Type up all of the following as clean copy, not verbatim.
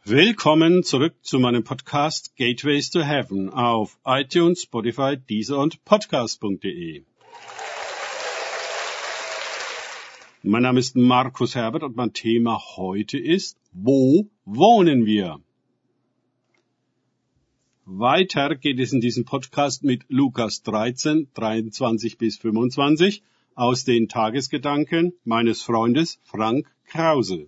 Willkommen zurück zu meinem Podcast Gateways to Heaven auf iTunes, Spotify, Deezer und Podcast.de. Mein Name ist Markus Herbert und mein Thema heute ist: Wo wohnen wir? Weiter geht es in diesem Podcast mit Lukas 13, 23 bis 25 aus den Tagesgedanken meines Freundes Frank Krause.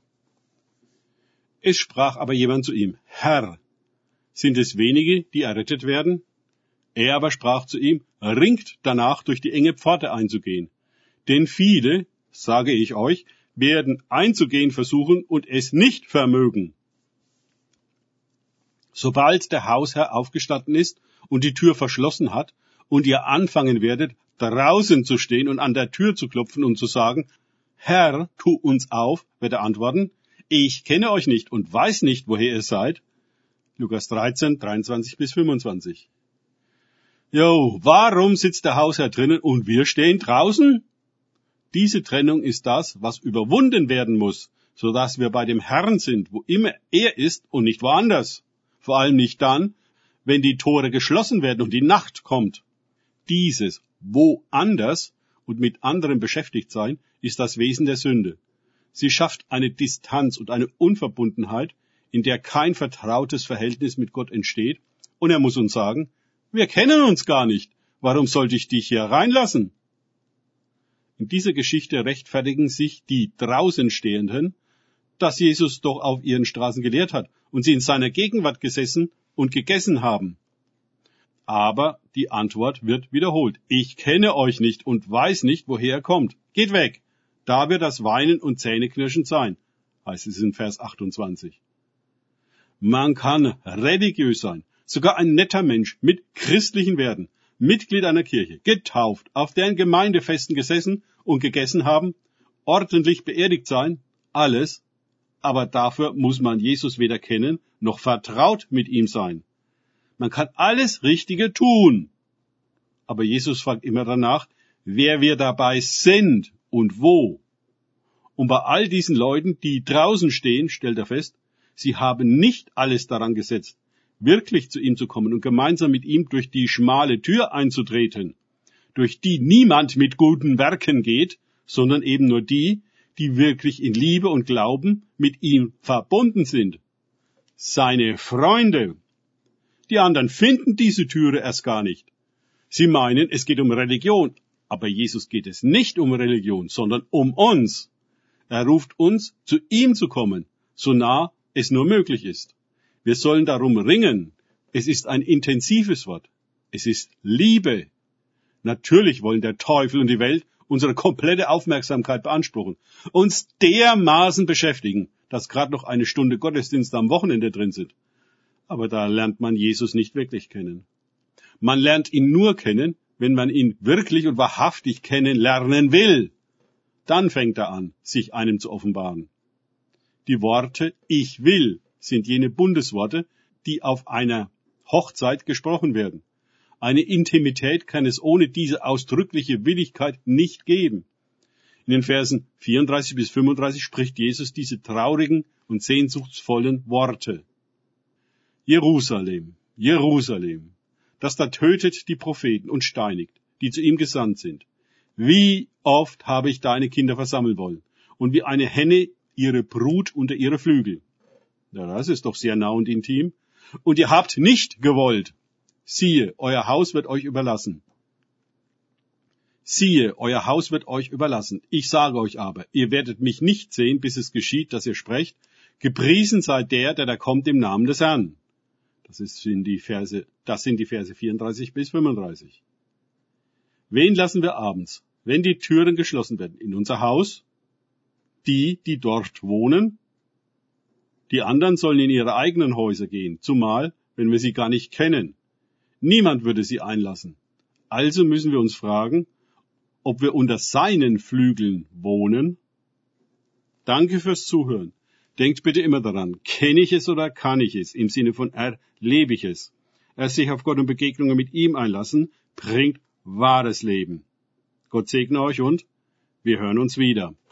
Es sprach aber jemand zu ihm: Herr, sind es wenige, die errettet werden? Er aber sprach zu ihm: Ringt danach, durch die enge Pforte einzugehen. Denn viele, sage ich euch, werden einzugehen versuchen und es nicht vermögen. Sobald der Hausherr aufgestanden ist und die Tür verschlossen hat und ihr anfangen werdet, draußen zu stehen und an der Tür zu klopfen und zu sagen: Herr, tu uns auf, wird er antworten: Ich kenne euch nicht und weiß nicht, woher ihr seid. Lukas 13, 23 bis 25. Warum sitzt der Hausherr drinnen und wir stehen draußen? Diese Trennung ist das, was überwunden werden muss, sodass wir bei dem Herrn sind, wo immer er ist und nicht woanders. Vor allem nicht dann, wenn die Tore geschlossen werden und die Nacht kommt. Dieses woanders und mit anderen beschäftigt sein, ist das Wesen der Sünde. Sie schafft eine Distanz und eine Unverbundenheit, in der kein vertrautes Verhältnis mit Gott entsteht. Und er muss uns sagen: Wir kennen uns gar nicht. Warum sollte ich dich hier reinlassen? In dieser Geschichte rechtfertigen sich die Draußenstehenden, dass Jesus doch auf ihren Straßen gelehrt hat und sie in seiner Gegenwart gesessen und gegessen haben. Aber die Antwort wird wiederholt: Ich kenne euch nicht und weiß nicht, woher ihr kommt. Geht weg! Da wird das Weinen und Zähneknirschen sein, heißt es in Vers 28. Man kann religiös sein, sogar ein netter Mensch mit christlichen Werten, Mitglied einer Kirche, getauft, auf deren Gemeindefesten gesessen und gegessen haben, ordentlich beerdigt sein, alles, aber dafür muss man Jesus weder kennen, noch vertraut mit ihm sein. Man kann alles Richtige tun, aber Jesus fragt immer danach, wer wir dabei sind und wo. Und bei all diesen Leuten, die draußen stehen, stellt er fest, sie haben nicht alles daran gesetzt, wirklich zu ihm zu kommen und gemeinsam mit ihm durch die schmale Tür einzutreten, durch die niemand mit guten Werken geht, sondern eben nur die, die wirklich in Liebe und Glauben mit ihm verbunden sind. Seine Freunde. Die anderen finden diese Türe erst gar nicht. Sie meinen, es geht um Religion. Aber Jesus geht es nicht um Religion, sondern um uns. Er ruft uns, zu ihm zu kommen, so nah es nur möglich ist. Wir sollen darum ringen. Es ist ein intensives Wort. Es ist Liebe. Natürlich wollen der Teufel und die Welt unsere komplette Aufmerksamkeit beanspruchen, uns dermaßen beschäftigen, dass gerade noch eine Stunde Gottesdienst am Wochenende drin sind. Aber da lernt man Jesus nicht wirklich kennen. Man lernt ihn nur kennen, wenn man ihn wirklich und wahrhaftig kennenlernen will. Dann fängt er an, sich einem zu offenbaren. Die Worte Ich will sind jene Bundesworte, die auf einer Hochzeit gesprochen werden. Eine Intimität kann es ohne diese ausdrückliche Willigkeit nicht geben. In den Versen 34 bis 35 spricht Jesus diese traurigen und sehnsuchtsvollen Worte. Jerusalem, Jerusalem, das da tötet die Propheten und steinigt, die zu ihm gesandt sind. Wie oft habe ich deine Kinder versammeln wollen, und wie eine Henne ihre Brut unter ihre Flügel. Ja, das ist doch sehr nah und intim. Und ihr habt nicht gewollt. Siehe, euer Haus wird euch überlassen. Siehe, euer Haus wird euch überlassen. Ich sage euch aber, ihr werdet mich nicht sehen, bis es geschieht, dass ihr sprecht: Gepriesen sei der, der da kommt im Namen des Herrn. Das sind die Verse 34 bis 35. Wen lassen wir abends, wenn die Türen geschlossen werden? In unser Haus? Die dort wohnen? Die anderen sollen in ihre eigenen Häuser gehen, zumal, wenn wir sie gar nicht kennen. Niemand würde sie einlassen. Also müssen wir uns fragen, ob wir unter seinen Flügeln wohnen. Danke fürs Zuhören. Denkt bitte immer daran, kenne ich es oder kann ich es, im Sinne von erlebe ich es. Erst sich auf Gott und Begegnungen mit ihm einlassen, bringt wahres Leben. Gott segne euch und wir hören uns wieder.